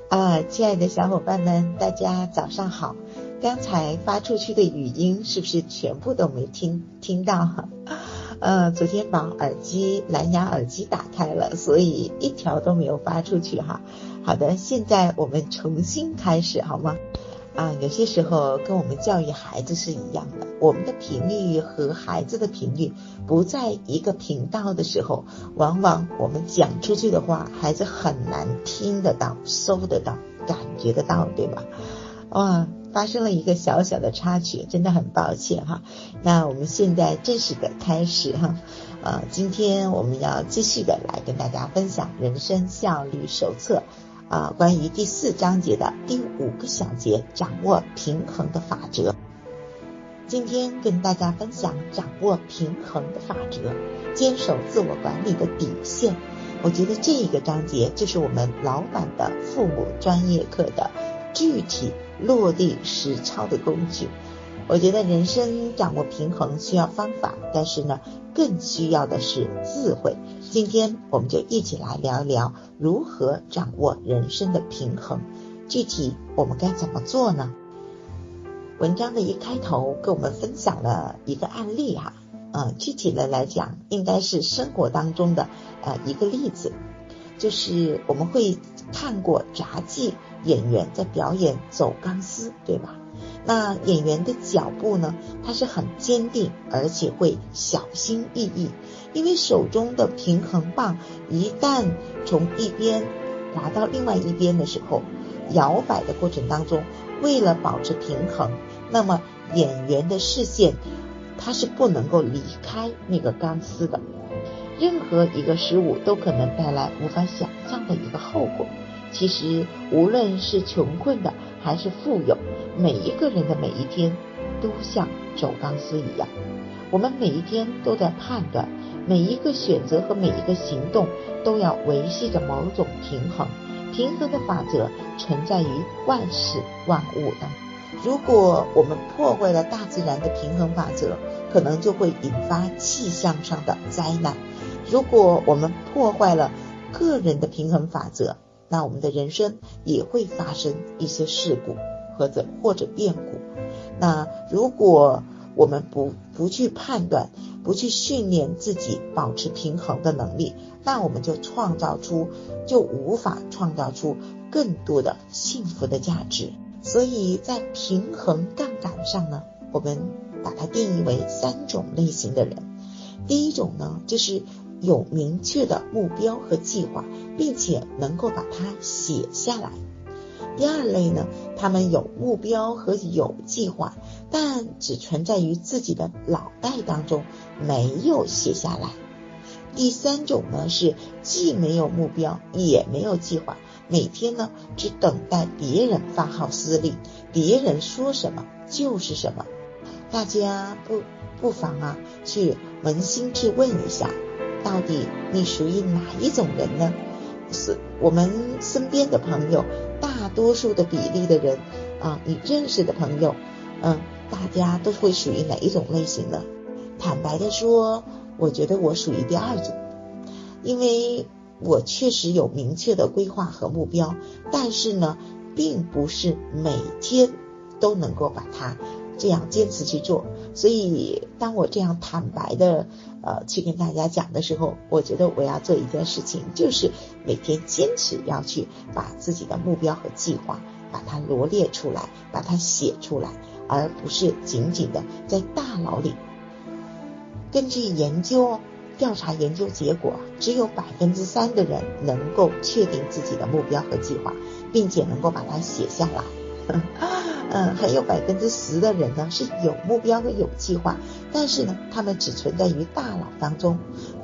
亲爱的小伙伴们，大家早上好。刚才发出去的语音是不是全部都没听到？昨天把蓝牙耳机打开了，所以一条都没有发出去哈。好的，现在我们重新开始好吗？有些时候跟我们教育孩子是一样的，我们的频率和孩子的频率不在一个频道的时候，往往我们讲出去的话，孩子很难听得到、收得到、感觉得到，对吧？发生了一个小小的插曲，真的很抱歉哈。那我们现在正式的开始哈。今天我们要继续的来跟大家分享人生效率手册。关于第4章节的第5个小节，掌握平衡的法则。今天跟大家分享掌握平衡的法则，坚守自我管理的底线。我觉得这个章节就是我们老板的父母专业课的具体落地实操的工具。我觉得人生掌握平衡需要方法，但是呢，更需要的是智慧。今天我们就一起来聊一聊如何掌握人生的平衡，具体我们该怎么做呢？文章的一开头跟我们分享了一个案例哈，具体的来讲应该是生活当中的一个例子，就是我们会看过杂技演员在表演走钢丝，对吧？那演员的脚步呢，他是很坚定，而且会小心翼翼，因为手中的平衡棒一旦从一边滑到另外一边的时候，摇摆的过程当中，为了保持平衡，那么演员的视线他是不能够离开那个钢丝的，任何一个失误都可能带来无法想象的一个后果。其实无论是穷困的还是富有，每一个人的每一天都像走钢丝一样，我们每一天都在判断，每一个选择和每一个行动都要维系着某种平衡。平衡的法则存在于万事万物当中，如果我们破坏了大自然的平衡法则，可能就会引发气象上的灾难。如果我们破坏了个人的平衡法则，那我们的人生也会发生一些事故或者变故。那如果我们不去判断，不去训练自己保持平衡的能力，那我们就无法创造出更多的幸福的价值。所以在平衡杠杆上呢，我们把它定义为3种类型的人。第一种呢，就是有明确的目标和计划，并且能够把它写下来。第二类呢，他们有目标和有计划，但只存在于自己的脑袋当中，没有写下来。第3种呢，是既没有目标也没有计划，每天呢只等待别人发号施令，别人说什么就是什么。大家不妨去扪心去问一下，到底你属于哪一种人呢？是我们身边的朋友，大多数的比例的人你认识的朋友，大家都会属于哪一种类型呢？坦白的说，我觉得我属于第2种，因为我确实有明确的规划和目标，但是呢，并不是每天都能够把它这样坚持去做。所以当我这样坦白的去跟大家讲的时候，我觉得我要做一件事情，就是每天坚持要去把自己的目标和计划把它罗列出来，把它写出来，而不是仅仅的在大脑里。根据调查研究结果，只有 3% 的人能够确定自己的目标和计划，并且能够把它写下来。还有 10% 的人呢是有目标和有计划，但是呢他们只存在于大脑当中。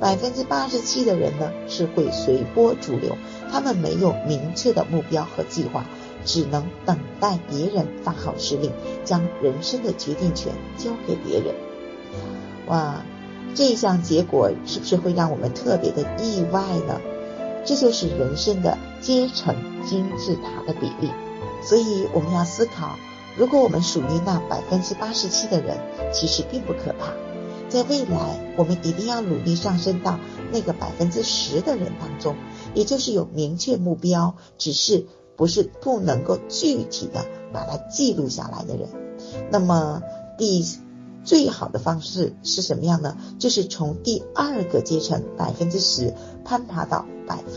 87% 的人呢是会随波逐流，他们没有明确的目标和计划，只能等待别人发号施令，将人生的决定权交给别人。哇，这一项结果是不是会让我们特别的意外呢？这就是人生的阶层金字塔的比例。所以我们要思考，如果我们属于那 87% 的人，其实并不可怕。在未来，我们一定要努力上升到那个 10% 的人当中，也就是有明确目标，只是不是不能够具体的把它记录下来的人。那么最好的方式是什么样呢？就是从第二个阶层 10% 攀爬到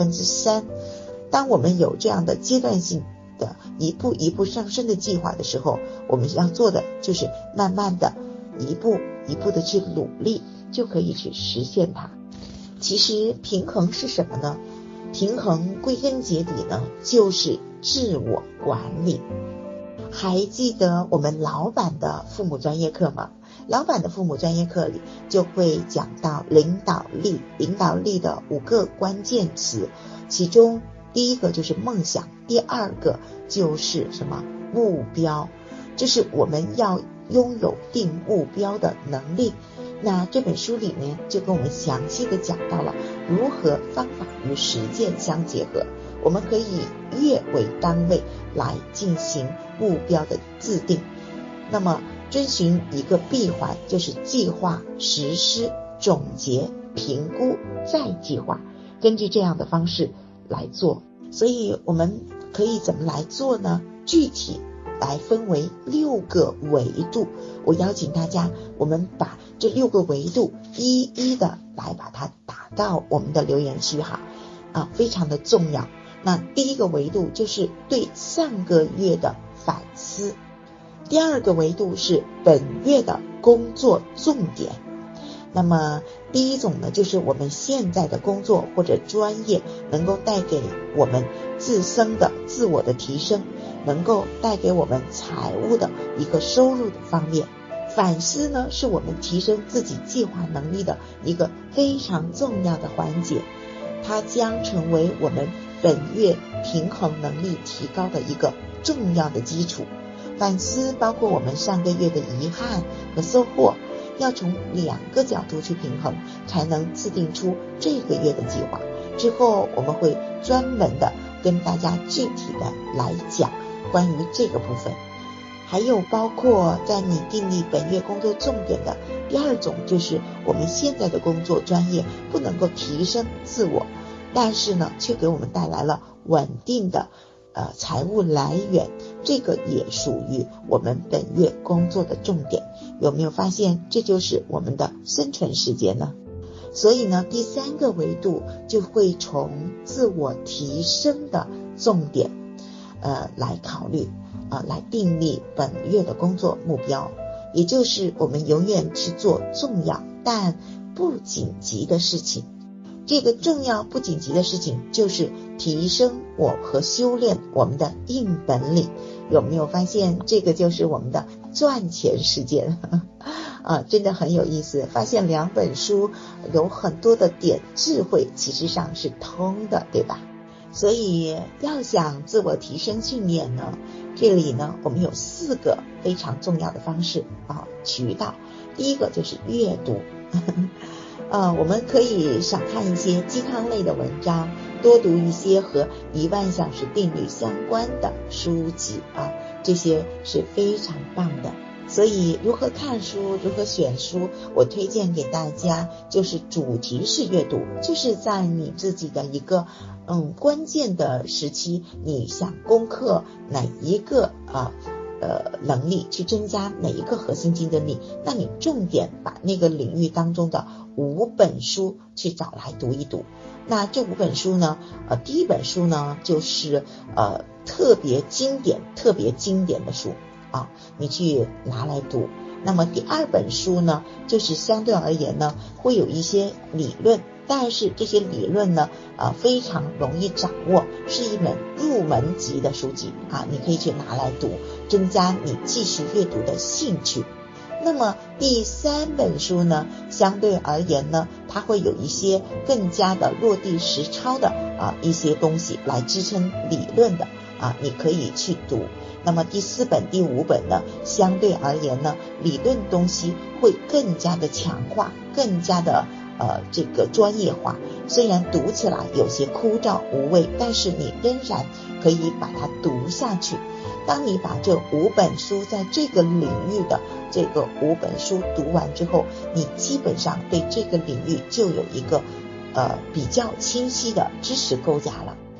3%。当我们有这样的阶段性的一步一步上升的计划的时候，我们要做的就是慢慢的一步一步的去努力，就可以去实现它。其实平衡是什么呢？平衡归根结底呢，就是自我管理。还记得我们老板的父母专业课吗？老板的父母专业课里就会讲到领导力的5个关键词，其中第一个就是梦想，第二个就是什么？目标，就是我们要拥有定目标的能力。那这本书里面就跟我们详细的讲到了如何方法与实践相结合，我们可以月为单位来进行目标的制定。那么遵循一个闭环，就是计划、实施、总结、评估再计划，根据这样的方式来做。所以我们可以怎么来做呢？具体来分为6个维度，我邀请大家，我们把这6个维度一一的来把它打到我们的留言区哈，非常的重要。那第一个维度就是对上个月的反思，第二个维度是本月的工作重点。那么第一种呢，就是我们现在的工作或者专业能够带给我们自身的自我的提升，能够带给我们财务的一个收入的方面。反思呢，是我们提升自己计划能力的一个非常重要的环节，它将成为我们本月平衡能力提高的一个重要的基础。反思包括我们上个月的遗憾和收获，要从2个角度去平衡，才能制定出这个月的计划。之后我们会专门的跟大家具体的来讲关于这个部分。还有包括在你订立本月工作重点的第二种，就是我们现在的工作专业不能够提升自我，但是呢却给我们带来了稳定的财务来源，这个也属于我们本月工作的重点。有没有发现这就是我们的生存时间呢？所以呢，第3个维度就会从自我提升的重点来考虑来订立本月的工作目标，也就是我们永远去做重要但不紧急的事情。这个重要不紧急的事情就是提升我和修炼我们的硬本领。有没有发现这个就是我们的赚钱时间真的很有意思，发现2本书有很多的点智慧其实上是通的，对吧？所以要想自我提升训练呢，这里呢我们有4个非常重要的方式渠道。第一个就是阅读我们可以少看一些鸡汤类的文章，多读一些和10000小时定律相关的书籍这些是非常棒的。所以如何看书，如何选书，我推荐给大家就是主题式阅读，就是在你自己的一个关键的时期，你想攻克哪一个能力，去增加哪一个核心竞争力，那你重点把那个领域当中的5本书去找来读一读。那这5本书呢第一本书呢就是特别经典的书你去拿来读。那么第2本书呢，就是相对而言呢会有一些理论，但是这些理论呢非常容易掌握，是一本入门级的书籍你可以去拿来读，增加你继续阅读的兴趣。那么第3本书呢，相对而言呢，它会有一些更加的落地实操的一些东西来支撑理论的你可以去读。那么第4本第5本呢，相对而言呢，理论东西会更加的强化，更加的这个专业化。虽然读起来有些枯燥无味，但是你仍然可以把它读下去。当你把这5本书在这个领域的这个5本书读完之后，你基本上对这个领域就有一个比较清晰的知识构架了。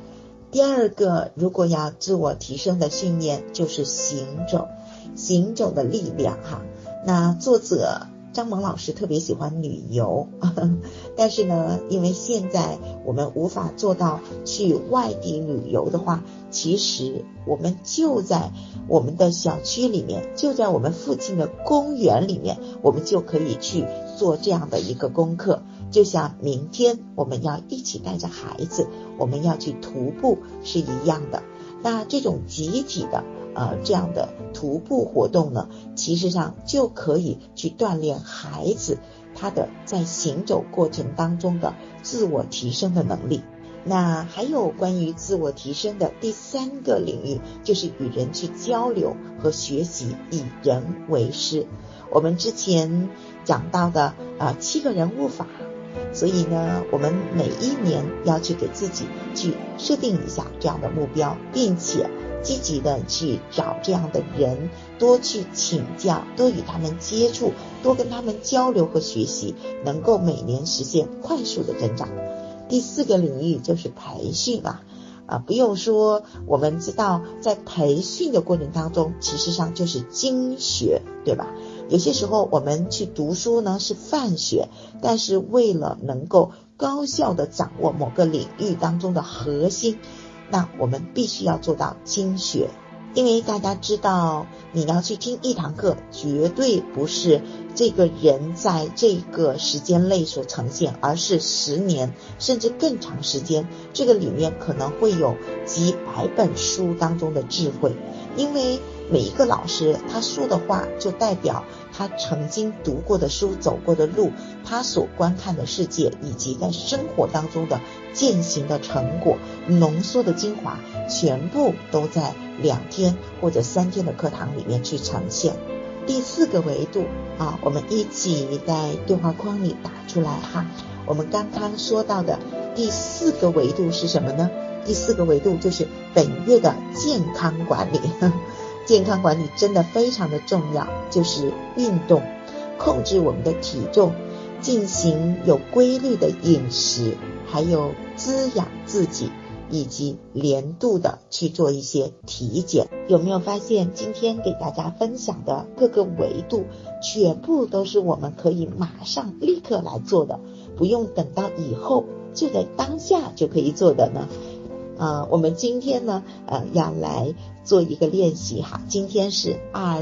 第二个，如果要自我提升的训练，就是行走的力量哈。那作者张萌老师特别喜欢旅游，但是呢，因为现在我们无法做到去外地旅游的话，其实我们就在我们的小区里面，就在我们附近的公园里面，我们就可以去做这样的一个功课。就像明天我们要一起带着孩子，我们要去徒步是一样的。那这种集体的这样的徒步活动呢，其实上就可以去锻炼孩子他的在行走过程当中的自我提升的能力。那还有关于自我提升的第三个领域，就是与人去交流和学习，以人为师。我们之前讲到的7个人物法，所以呢，我们每一年要去给自己去设定一下这样的目标，并且积极的去找这样的人，多去请教，多与他们接触，多跟他们交流和学习，能够每年实现快速的增长。第4个领域就是培训不用说，我们知道在培训的过程当中，其实上就是精学，对吧？有些时候我们去读书呢是泛学，但是为了能够高效的掌握某个领域当中的核心，那我们必须要做到精学。因为大家知道，你要去听一堂课，绝对不是这个人在这个时间内所呈现，而是10年甚至更长时间，这个里面可能会有几百本书当中的智慧。因为每一个老师他说的话，就代表他曾经读过的书，走过的路，他所观看的世界，以及在生活当中的践行的成果，浓缩的精华，全部都在2天或者3天的课堂里面去呈现。第4个维度我们一起在对话框里打出来哈。我们刚刚说到的第4个维度是什么呢？第4个维度就是本月的健康管理。健康管理真的非常的重要，就是运动，控制我们的体重，进行有规律的饮食，还有滋养自己，以及年度的去做一些体检。有没有发现今天给大家分享的各个维度，全部都是我们可以马上立刻来做的，不用等到以后，就在当下就可以做的呢？我们今天呢要来做一个练习哈。今天是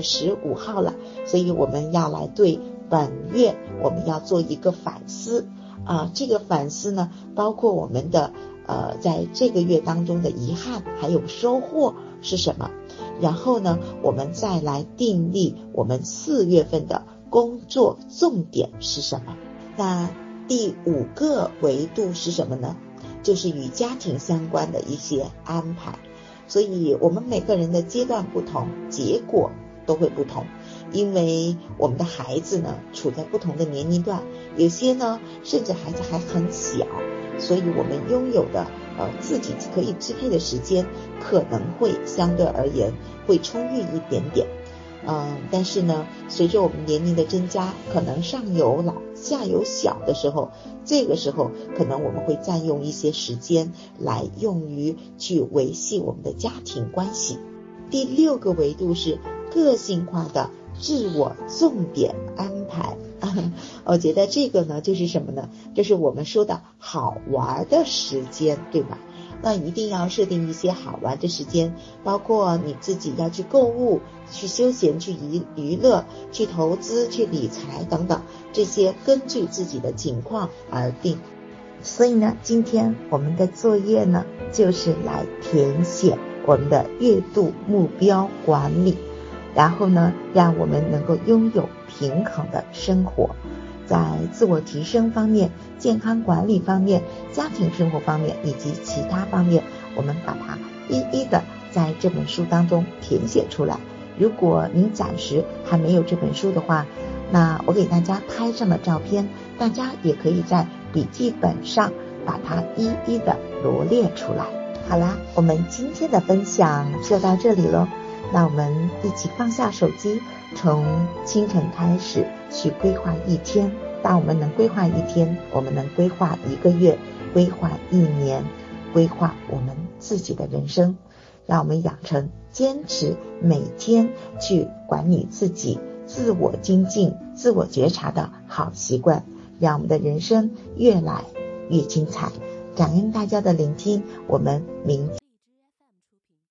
25号了，所以我们要来对本月我们要做一个反思这个反思呢，包括我们的在这个月当中的遗憾还有收获是什么，然后呢我们再来订立我们4月份的工作重点是什么。那第5个维度是什么呢？就是与家庭相关的一些安排。所以我们每个人的阶段不同，结果都会不同，因为我们的孩子呢处在不同的年龄段，有些呢甚至孩子还很小，所以我们拥有的自己可以支配的时间可能会相对而言会充裕一点点。但是呢，随着我们年龄的增加，可能上有老下有小的时候，这个时候可能我们会占用一些时间来用于去维系我们的家庭关系。第6个维度是个性化的自我重点安排。我觉得这个呢就是什么呢？就是我们说的好玩的时间，对吧？那一定要设定一些好玩的时间，包括你自己要去购物，去休闲，去娱乐，去投资，去理财等等，这些根据自己的情况而定。所以呢，今天我们的作业呢就是来填写我们的月度目标管理，然后呢让我们能够拥有平衡的生活，在自我提升方面、健康管理方面、家庭生活方面以及其他方面，我们把它一一的在这本书当中填写出来。如果您暂时还没有这本书的话，那我给大家拍上了照片，大家也可以在笔记本上把它一一的罗列出来。好啦，我们今天的分享就到这里咯。那我们一起放下手机，从清晨开始去规划一天。当我们能规划一天，我们能规划1个月，规划1年，规划我们自己的人生，让我们养成坚持每天去管理自己、自我精进、自我觉察的好习惯，让我们的人生越来越精彩。感恩大家的聆听，我们明天